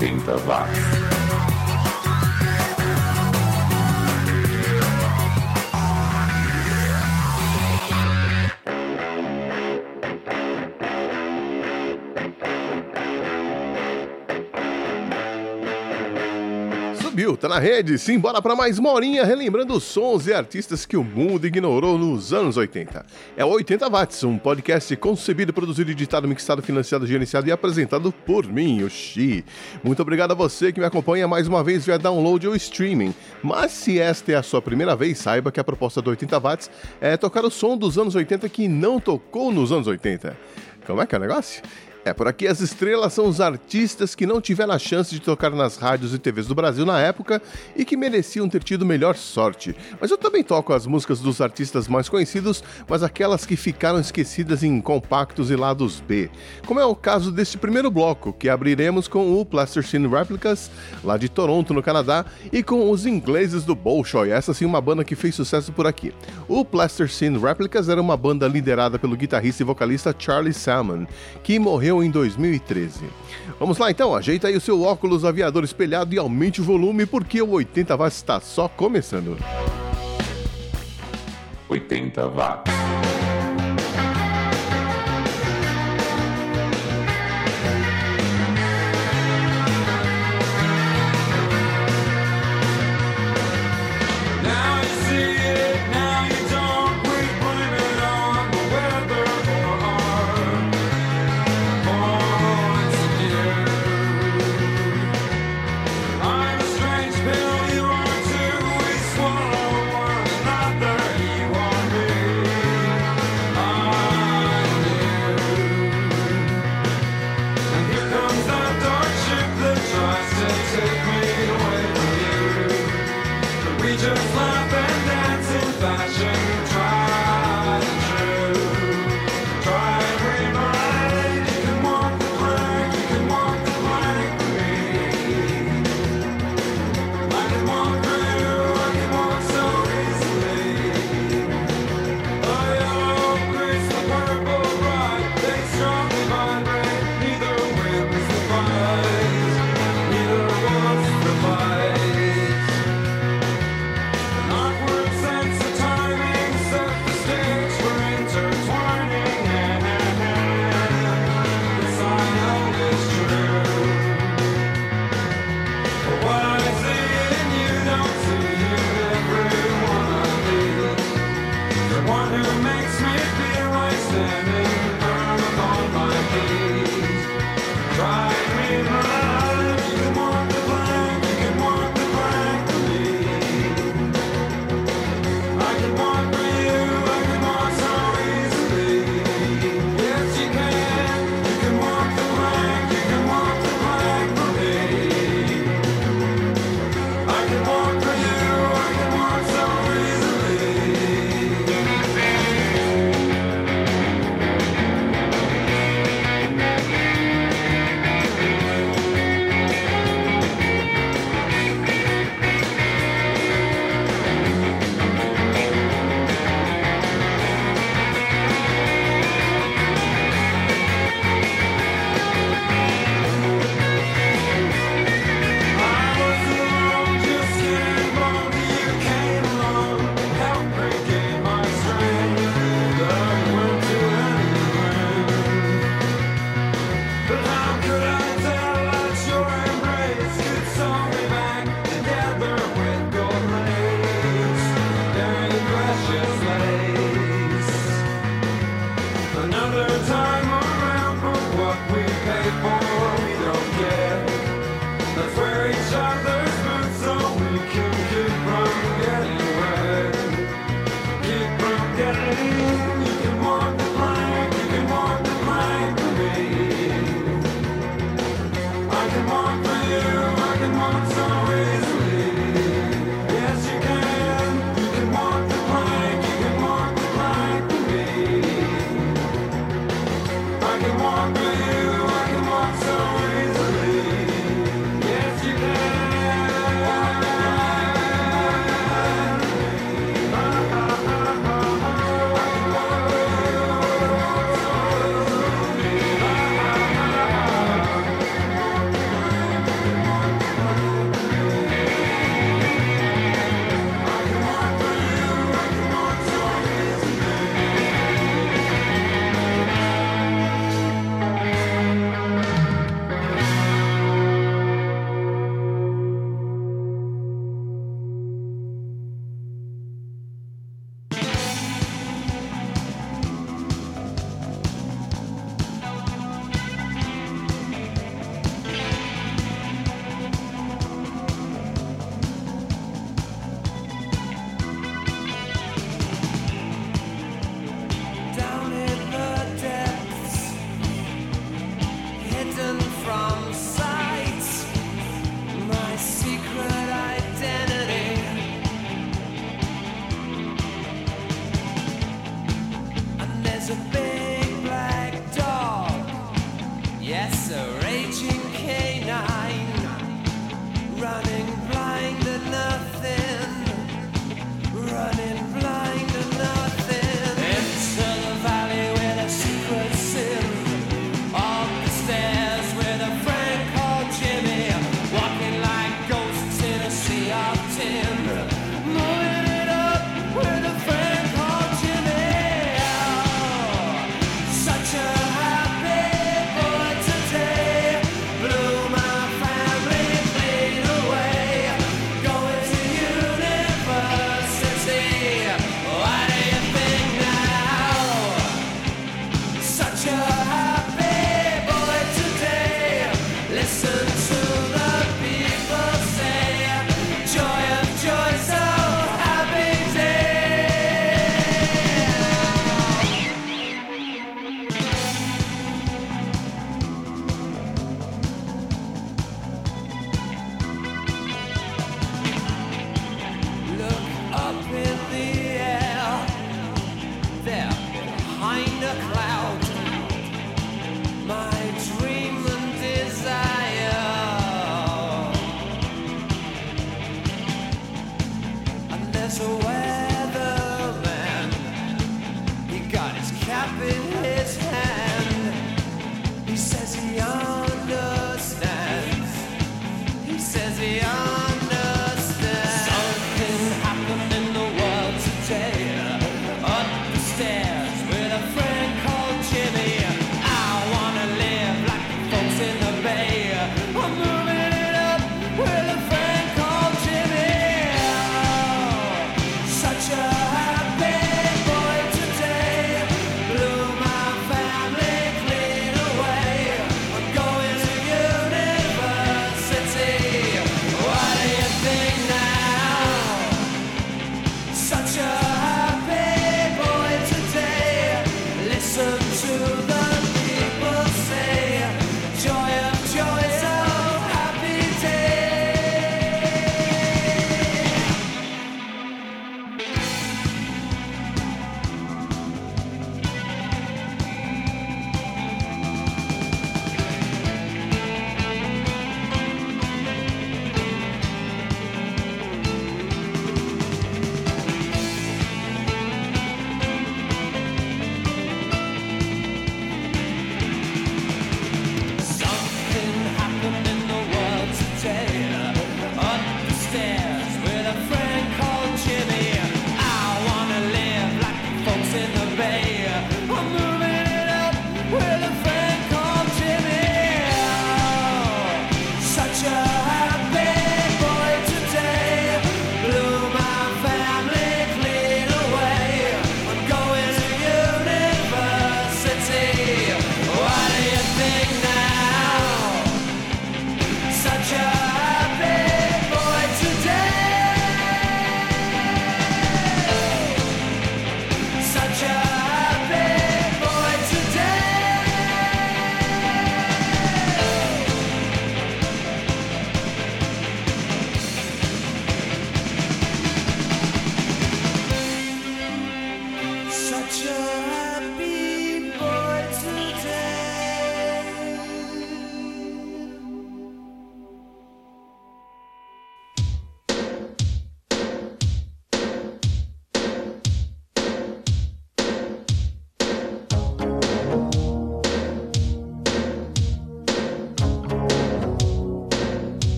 80 watts. Tá na rede, simbora pra mais uma horinha relembrando os sons e artistas que o mundo ignorou nos anos 80. É o 80 Watts, um podcast concebido, produzido, editado, mixado, financiado, gerenciado e apresentado por mim, o Xi. Muito obrigado a você que me acompanha mais uma vez via download ou streaming. Mas se esta é a sua primeira vez, saiba que a proposta do 80 Watts é tocar o som dos anos 80 que não tocou nos anos 80. Como é que é o negócio? Por aqui as estrelas são os artistas que não tiveram a chance de tocar nas rádios e TVs do Brasil na época e que mereciam ter tido melhor sorte. Mas eu também toco as músicas dos artistas mais conhecidos, mas aquelas que ficaram esquecidas em compactos e lados B. Como é o caso deste primeiro bloco, que abriremos com o Plasticine Replicas, lá de Toronto, no Canadá, e com os ingleses do Bolshoi, essa sim uma banda que fez sucesso por aqui. O Plasticine Replicas era uma banda liderada pelo guitarrista e vocalista Charlie Salmon, que morreu em 2013. Vamos lá então, ajeita aí o seu óculos aviador espelhado e aumente o volume porque o 80 watts está só começando. 80 watts. You want me Yes, a raging canine, running blind to nothing, running blind to nothing. Into the valley where the secret sin, up the stairs with a friend called Jimmy, walking like ghosts in a sea of tin, moving it up with a friend called Jimmy. Oh, such a Stairs with a friend called Jimmy. I wanna live like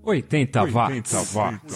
80 watts.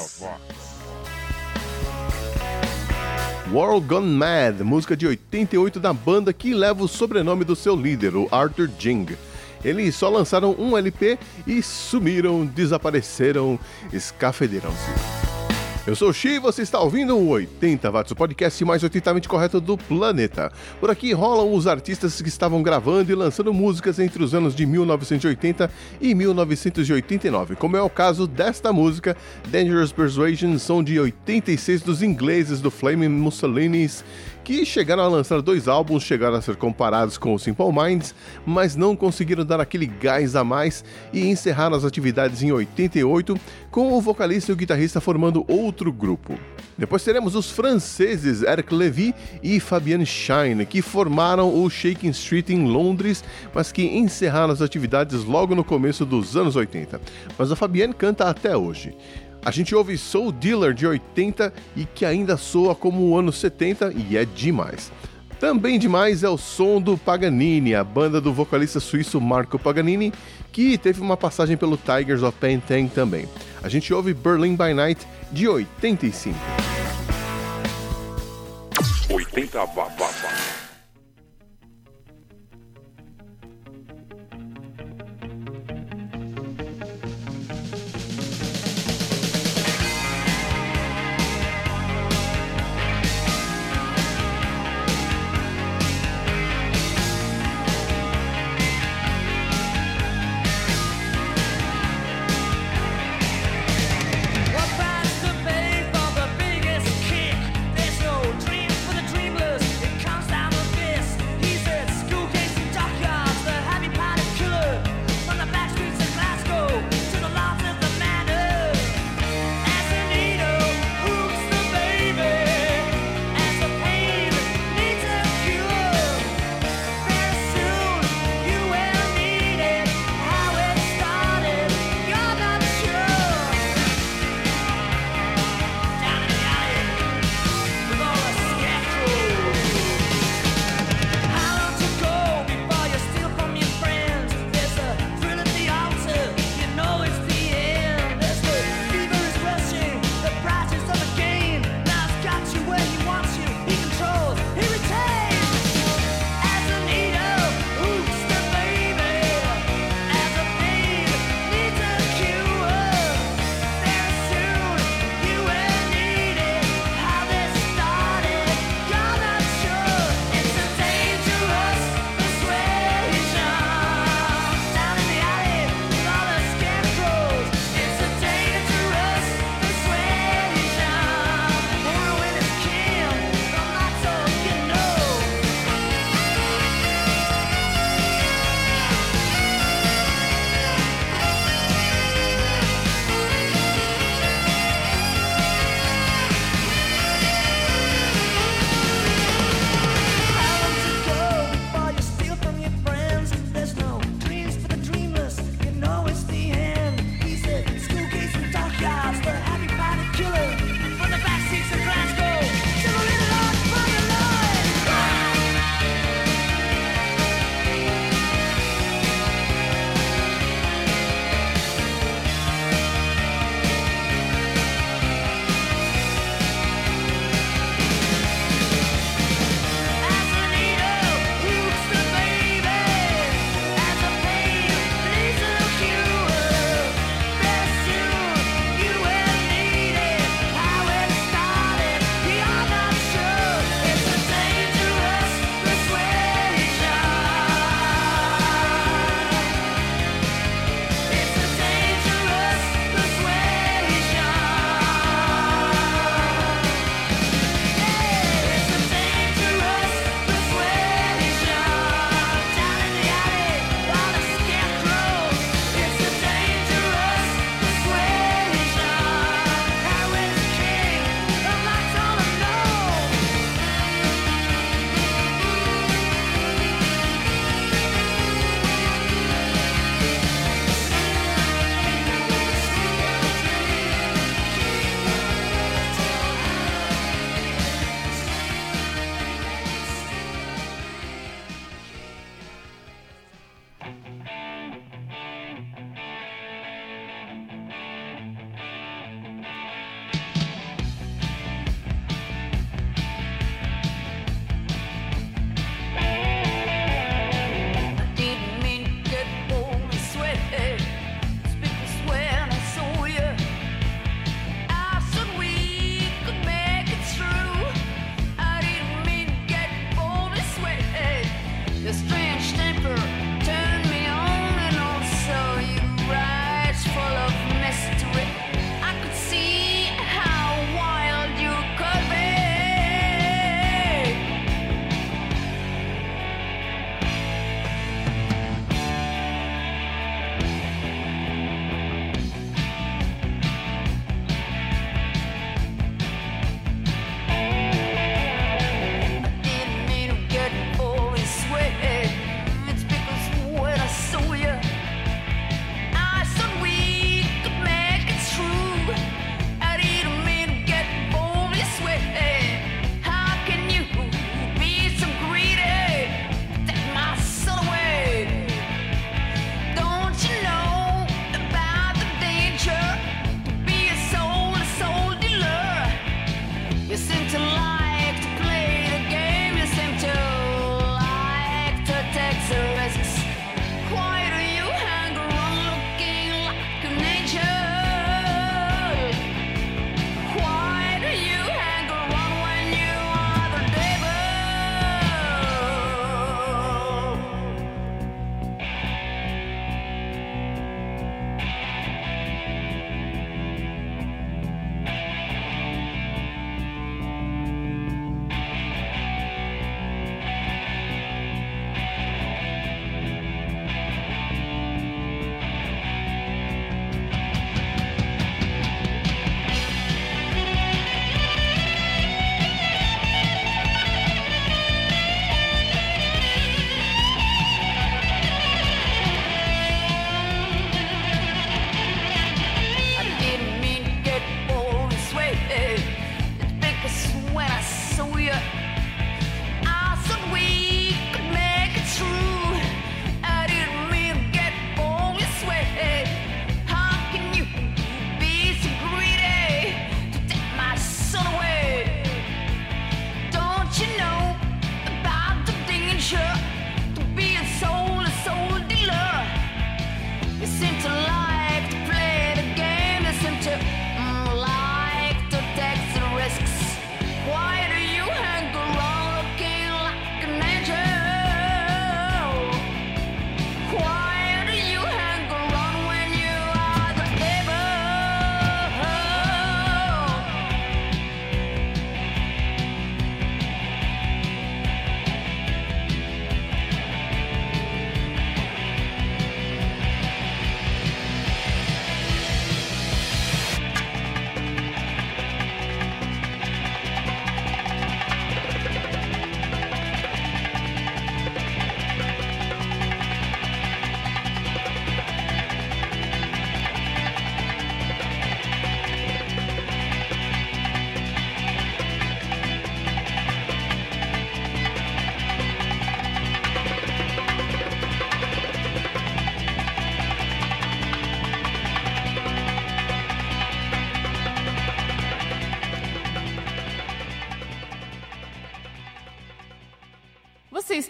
World Gone Mad, música de 88 da banda que leva o sobrenome do seu líder, o Arthur Jing. Eles só lançaram um LP e sumiram, desapareceram, escafederam-se. Eu sou o Xi e você está ouvindo o 80 Watts, o podcast mais 80mente correto do planeta. Por aqui rolam os artistas que estavam gravando e lançando músicas entre os anos de 1980 e 1989, como é o caso desta música, Dangerous Persuasion, som de 86 dos ingleses do Flaming Mussolinis, que chegaram a lançar 2 álbuns, chegaram a ser comparados com o Simple Minds, mas não conseguiram dar aquele gás a mais e encerraram as atividades em 88, com o vocalista e o guitarrista formando outro grupo. Depois teremos os franceses Eric Lévy e Fabienne Shine, que formaram o Shaking Street em Londres, mas que encerraram as atividades logo no começo dos anos 80. Mas a Fabienne canta até hoje. A gente ouve Soul Dealer de 80 e que ainda soa como o ano 70 e é demais. Também demais é o som do Paganini, a banda do vocalista suíço Marco Paganini, que teve uma passagem pelo Tigers of Pantang também. A gente ouve Berlin by Night de 85. 80 watts. What price to pay for the biggest kick? There's no dream for the dreamless. It comes down to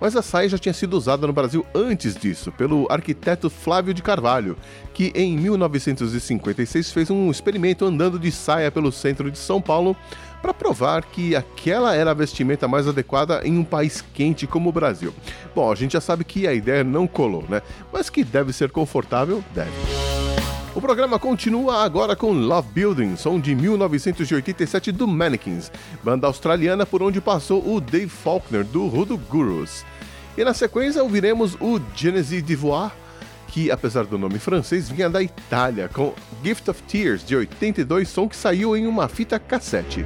Mas a saia já tinha sido usada no Brasil antes disso, pelo arquiteto Flávio de Carvalho, que em 1956 fez um experimento andando de saia pelo centro de São Paulo para provar que aquela era a vestimenta mais adequada em um país quente como o Brasil. Bom, a gente já sabe que a ideia não colou, né? Mas que deve ser confortável, deve. O programa continua agora com Love Building, som de 1987 do Mannequins, banda australiana por onde passou o Dave Faulkner do Hoodoo Gurus. E na sequência ouviremos o Genesis d'Ivoire, que apesar do nome francês vinha da Itália, com Gift of Tears de 82, som que saiu em uma fita cassete.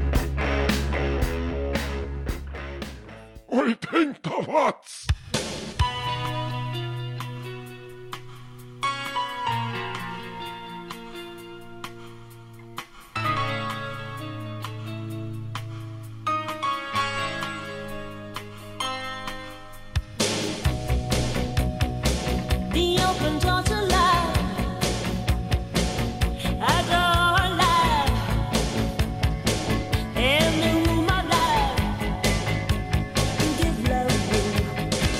80 watts. The open door to love, adore love, in the room of love, give love room.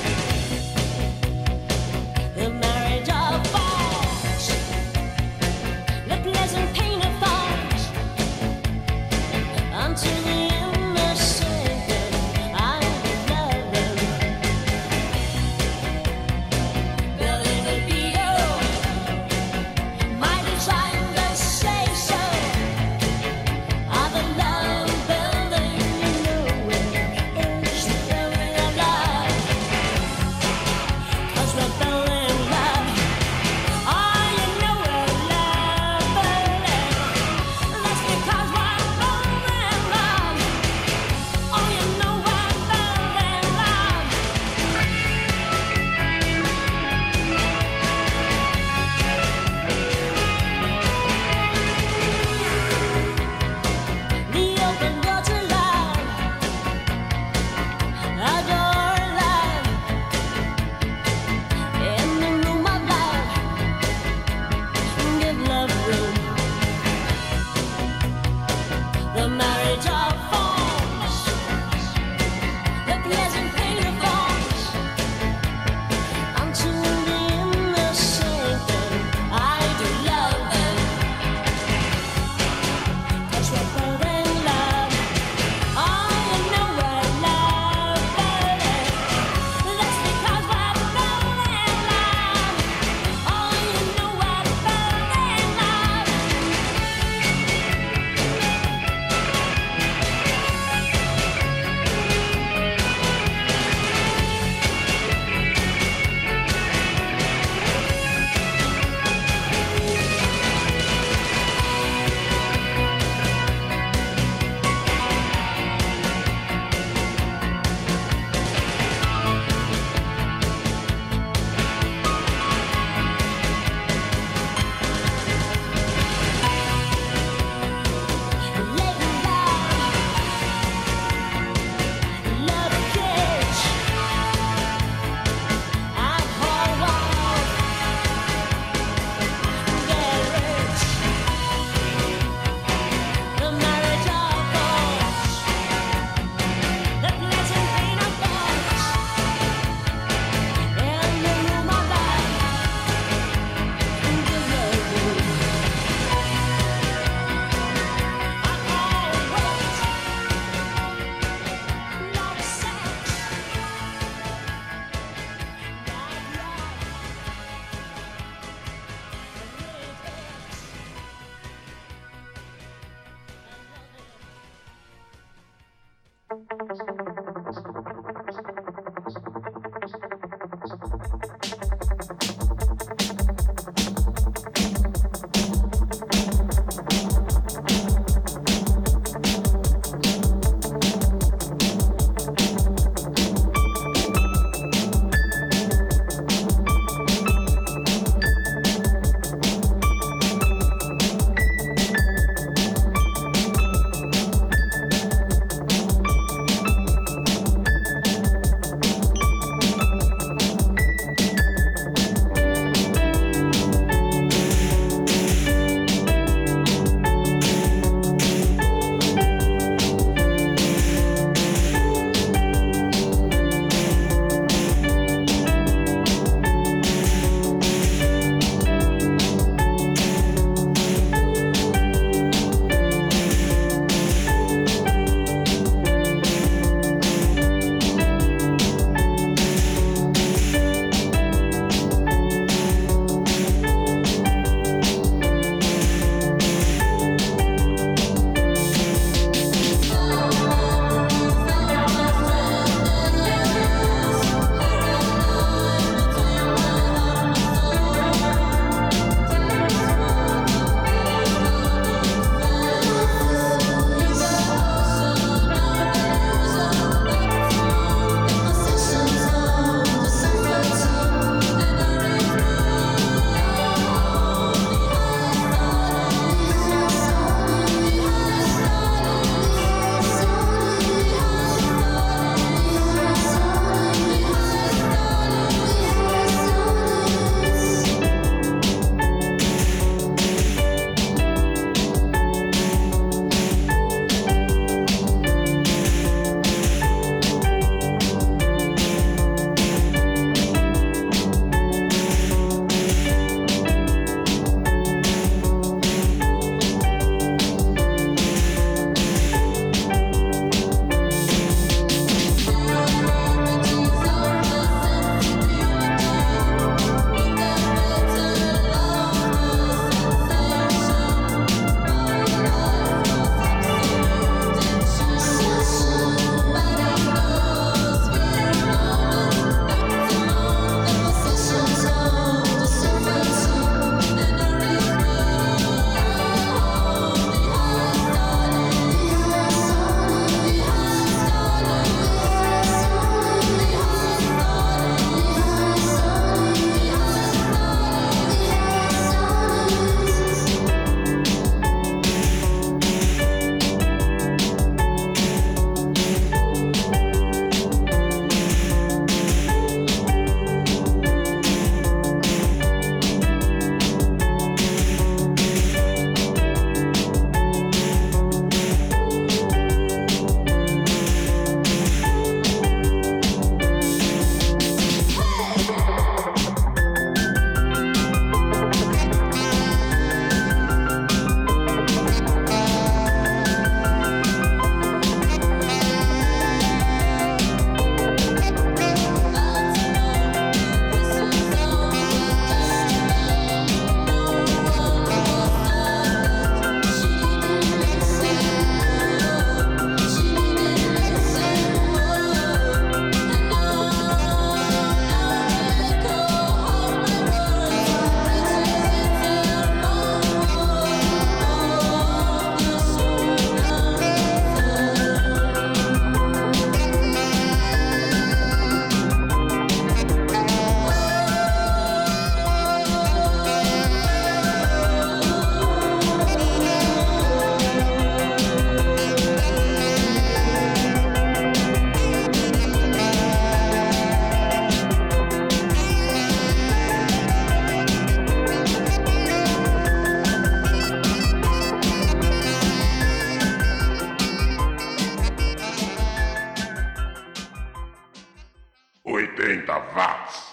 80 watts.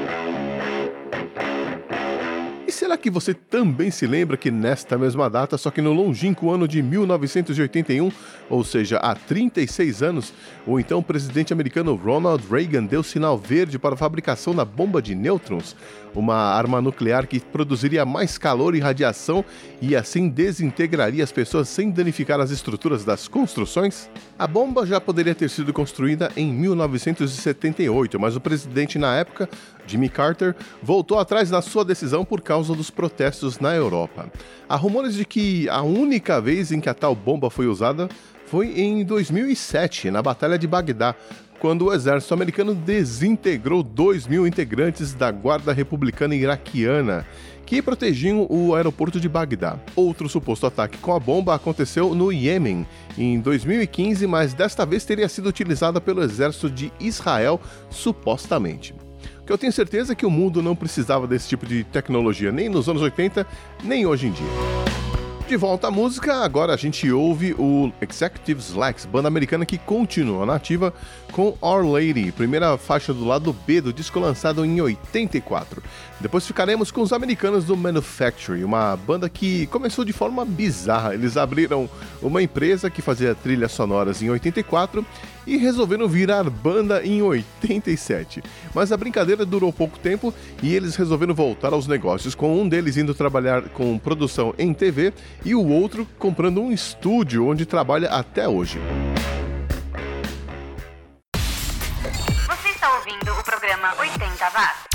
E será que você também se lembra que nesta mesma data, só que no longínquo ano de 1981, ou seja, há 36 anos, o então presidente americano Ronald Reagan deu sinal verde para a fabricação da bomba de nêutrons, uma arma nuclear que produziria mais calor e radiação e assim desintegraria as pessoas sem danificar as estruturas das construções? A bomba já poderia ter sido construída em 1978, mas o presidente na época, Jimmy Carter, voltou atrás na sua decisão por causa dos protestos na Europa. Há rumores de que a única vez em que a tal bomba foi usada foi em 2007, na Batalha de Bagdá, quando o exército americano desintegrou 2.000 integrantes da Guarda Republicana Iraquiana, que protegiam o aeroporto de Bagdá. Outro suposto ataque com a bomba aconteceu no Iêmen, em 2015, mas desta vez teria sido utilizada pelo exército de Israel, supostamente. O que eu tenho certeza é que o mundo não precisava desse tipo de tecnologia, nem nos anos 80, nem hoje em dia. De volta à música, agora a gente ouve o Executive Slacks, banda americana que continua nativa com Our Lady, primeira faixa do lado B do disco lançado em 84. Depois ficaremos com os americanos do Manufactory, uma banda que começou de forma bizarra. Eles abriram uma empresa que fazia trilhas sonoras em 84 e resolveram virar banda em 87. Mas a brincadeira durou pouco tempo e eles resolveram voltar aos negócios, com um deles indo trabalhar com produção em TV e o outro comprando um estúdio onde trabalha até hoje. Você está ouvindo o programa 80 Watts.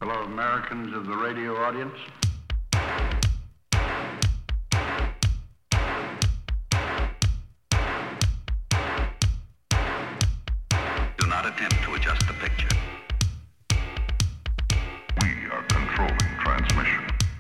Hello, Americans of the radio audience. Do not attempt to adjust the picture. We are controlling transmission.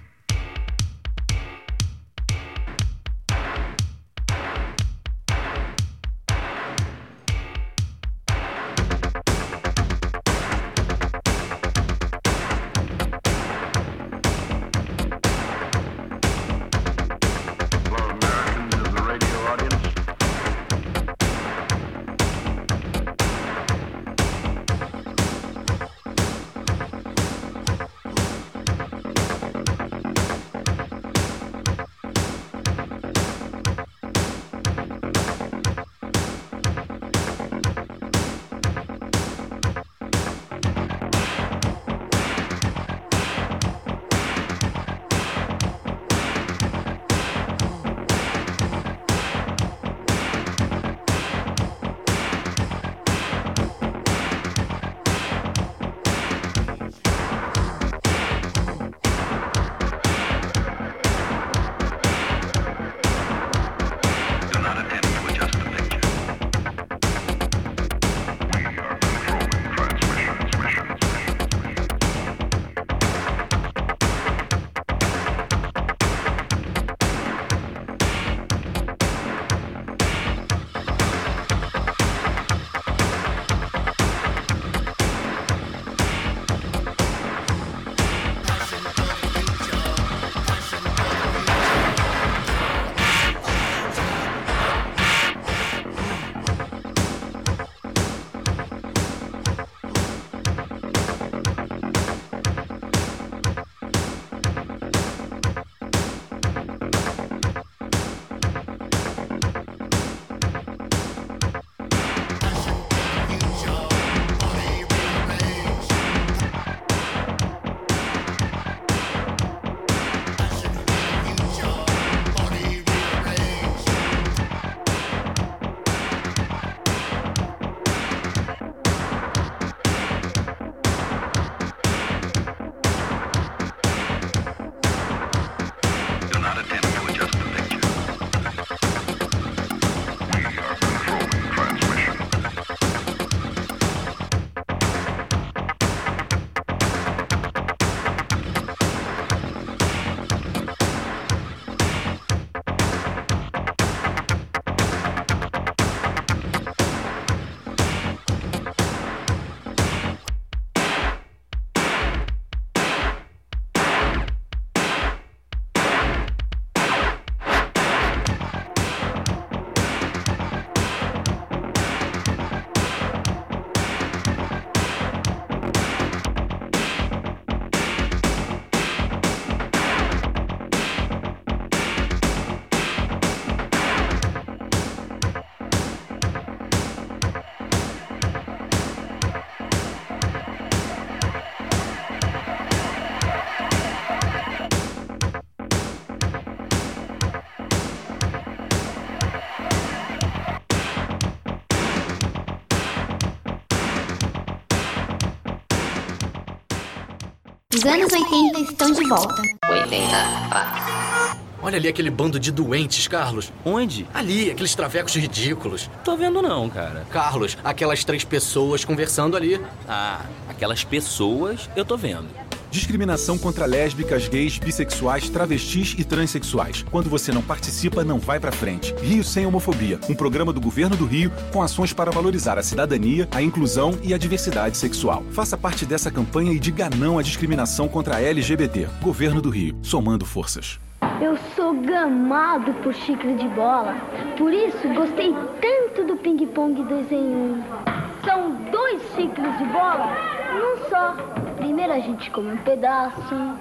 Os anos 80 estão de volta. 80 watts. Olha ali aquele bando de doentes, Carlos. Onde? Ali, aqueles travecos ridículos. Tô vendo não, cara. Carlos, aquelas 3 pessoas conversando ali. Ah, aquelas pessoas eu tô vendo. Discriminação contra lésbicas, gays, bissexuais, travestis e transexuais. Quando você não participa, não vai pra frente. Rio Sem Homofobia, um programa do Governo do Rio com ações para valorizar a cidadania, a inclusão e a diversidade sexual. Faça parte dessa campanha e diga não à discriminação contra a LGBT. Governo do Rio, somando forças. Eu sou gamado por xícara de bola. Por isso, gostei tanto do ping-pong 2 em 1. São 2 xícaras de bola num só. Primeiro a gente come um pedaço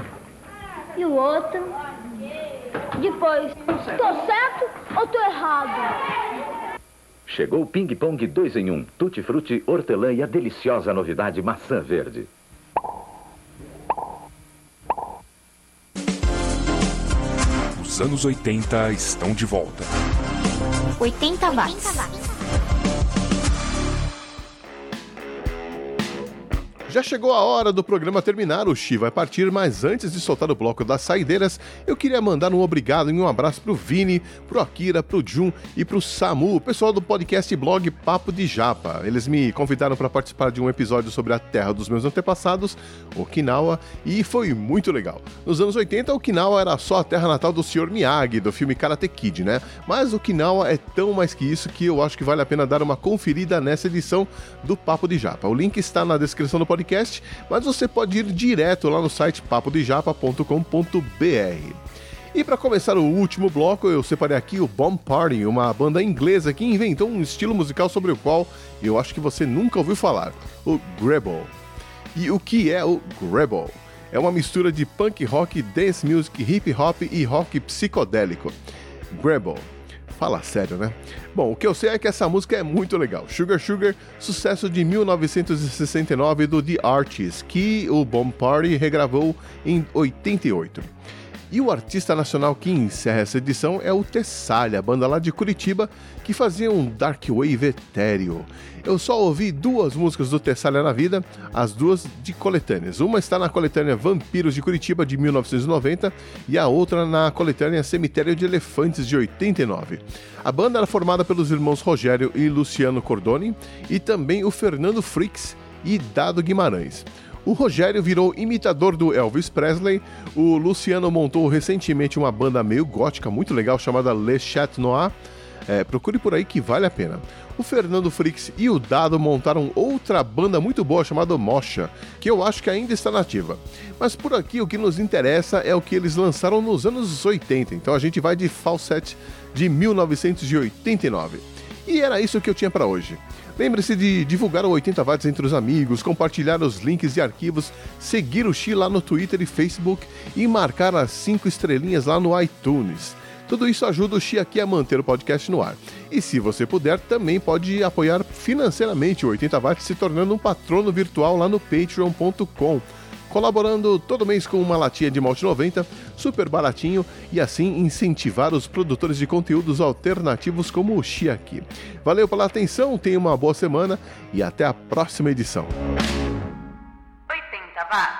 e o outro. Depois, tô certo ou tô errado? Chegou o ping-pong 2 em 1. Tutti-frutti, hortelã e a deliciosa novidade maçã verde. Os anos 80 estão de volta. 80 watts. Já chegou a hora do programa terminar, o Xi vai partir, mas antes de soltar o bloco das saideiras, eu queria mandar um obrigado e um abraço pro Vini, pro Akira, pro Jun e pro Samu, o pessoal do podcast e blog Papo de Japa. Eles me convidaram para participar de um episódio sobre a terra dos meus antepassados, Okinawa, e foi muito legal. Nos anos 80, Okinawa era só a terra natal do Sr. Miyagi, do filme Karate Kid, né? Mas Okinawa é tão mais que isso que eu acho que vale a pena dar uma conferida nessa edição do Papo de Japa. O link está na descrição do podcast, mas você pode ir direto lá no site papodejapa.com.br. E para começar o último bloco, eu separei aqui o Bomb Party, uma banda inglesa que inventou um estilo musical sobre o qual eu acho que você nunca ouviu falar, o Grebo. E o que é o Grebo? É uma mistura de punk rock, dance music, hip hop e rock psicodélico. Grebo. Fala sério, né? Bom, o que eu sei é que essa música é muito legal. Sugar Sugar, sucesso de 1969 do The Archies, que o Bomb Party regravou em 88. E o artista nacional que encerra essa edição é o Tessalha, banda lá de Curitiba, que fazia um dark wave etéreo. Eu só ouvi 2 músicas do Tessalha na vida, as 2 de coletâneas. Uma está na coletânea Vampiros de Curitiba, de 1990, e a outra na coletânea Cemitério de Elefantes, de 89. A banda era formada pelos irmãos Rogério e Luciano Cordoni, e também o Fernando Frix e Dado Guimarães. O Rogério virou imitador do Elvis Presley, o Luciano montou recentemente uma banda meio gótica muito legal chamada Le Chat Noir, procure por aí que vale a pena. O Fernando Frix e o Dado montaram outra banda muito boa chamada Mocha, que eu acho que ainda está nativa. Mas por aqui o que nos interessa é o que eles lançaram nos anos 80, então a gente vai de Falsete de 1989. E era isso que eu tinha para hoje. Lembre-se de divulgar o 80 watts entre os amigos, compartilhar os links e arquivos, seguir o Xi lá no Twitter e Facebook e marcar as 5 estrelinhas lá no iTunes. Tudo isso ajuda o Xi aqui a manter o podcast no ar. E se você puder, também pode apoiar financeiramente o 80 watts se tornando um patrono virtual lá no patreon.com. Colaborando todo mês com uma latinha de malte 90, super baratinho, e assim incentivar os produtores de conteúdos alternativos como o Xi aqui. Valeu pela atenção, tenha uma boa semana e até a próxima edição. 80 watts.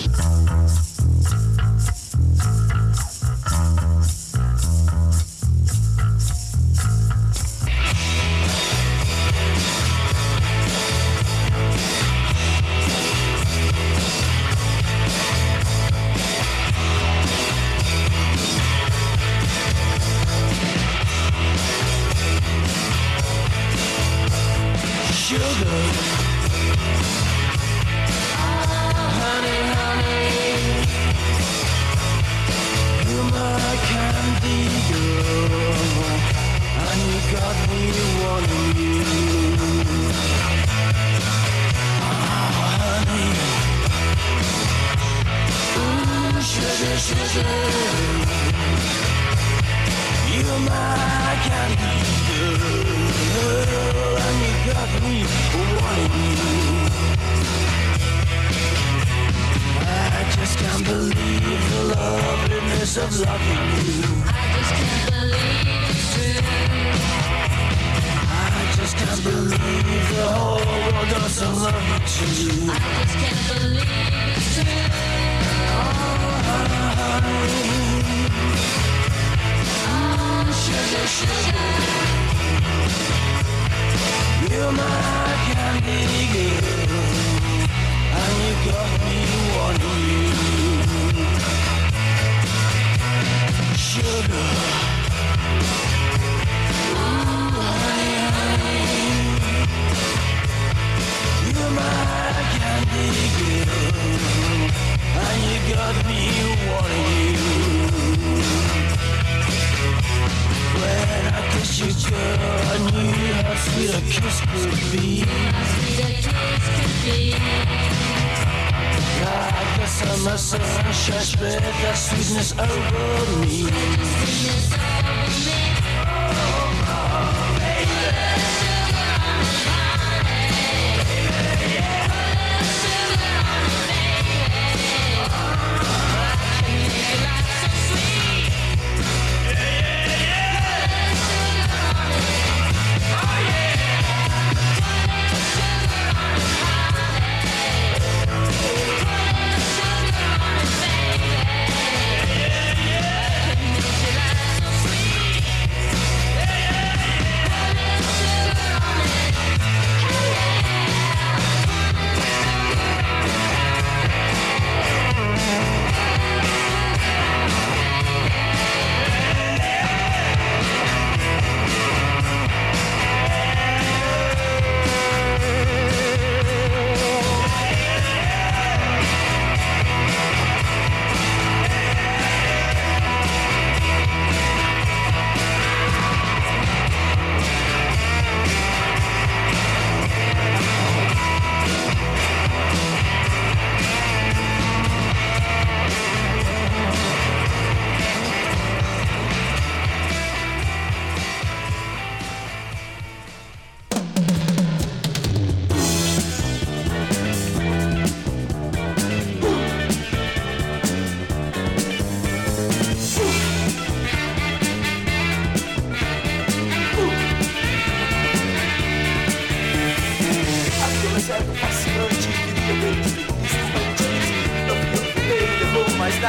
Sweetness over me.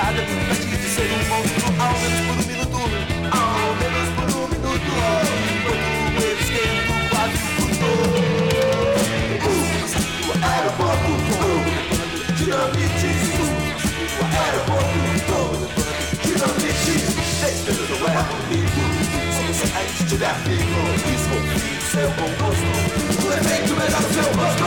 nada me impede de ser um monstro, ao menos por um minuto, ao menos por um minuto. Enquanto eu esquento quase por todo. Aeroporto, dinamite. Aeroporto, dinamite. Despesa do ar comigo. Se você ainda estiver vivo, desconfie do seu bom gosto. O evento melhor do seu rosto.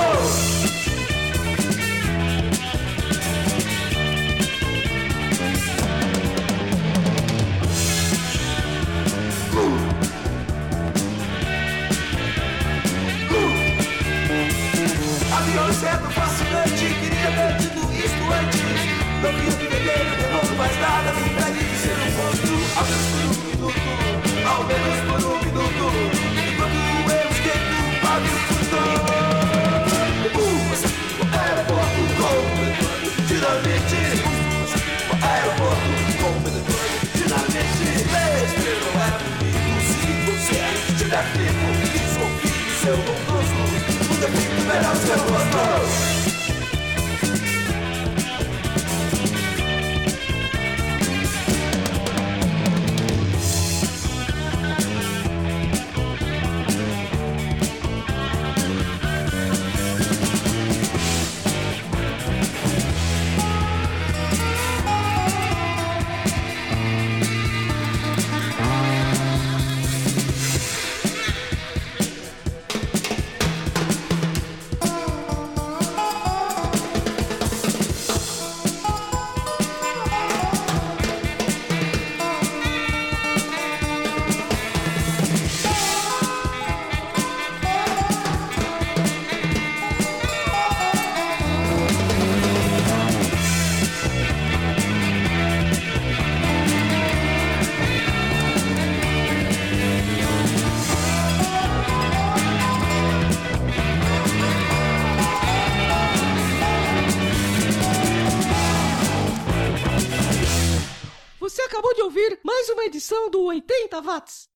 Aviões é tão fascinante, queria ter tido isto antes. Não via me vender, eu não mais nada me impede de ser um monstro. Ao menos por um minuto, ao menos por um minuto. Enquanto eu esquento o pavio por todo. Aeroporto com dinamite. Aeroporto com dinamite. Estrela é comigo, se você ainda estiver vivo, desconfie do seu bom gosto. O defeito melhor do seu rosto. Você acabou de ouvir mais uma edição do 80 Watts.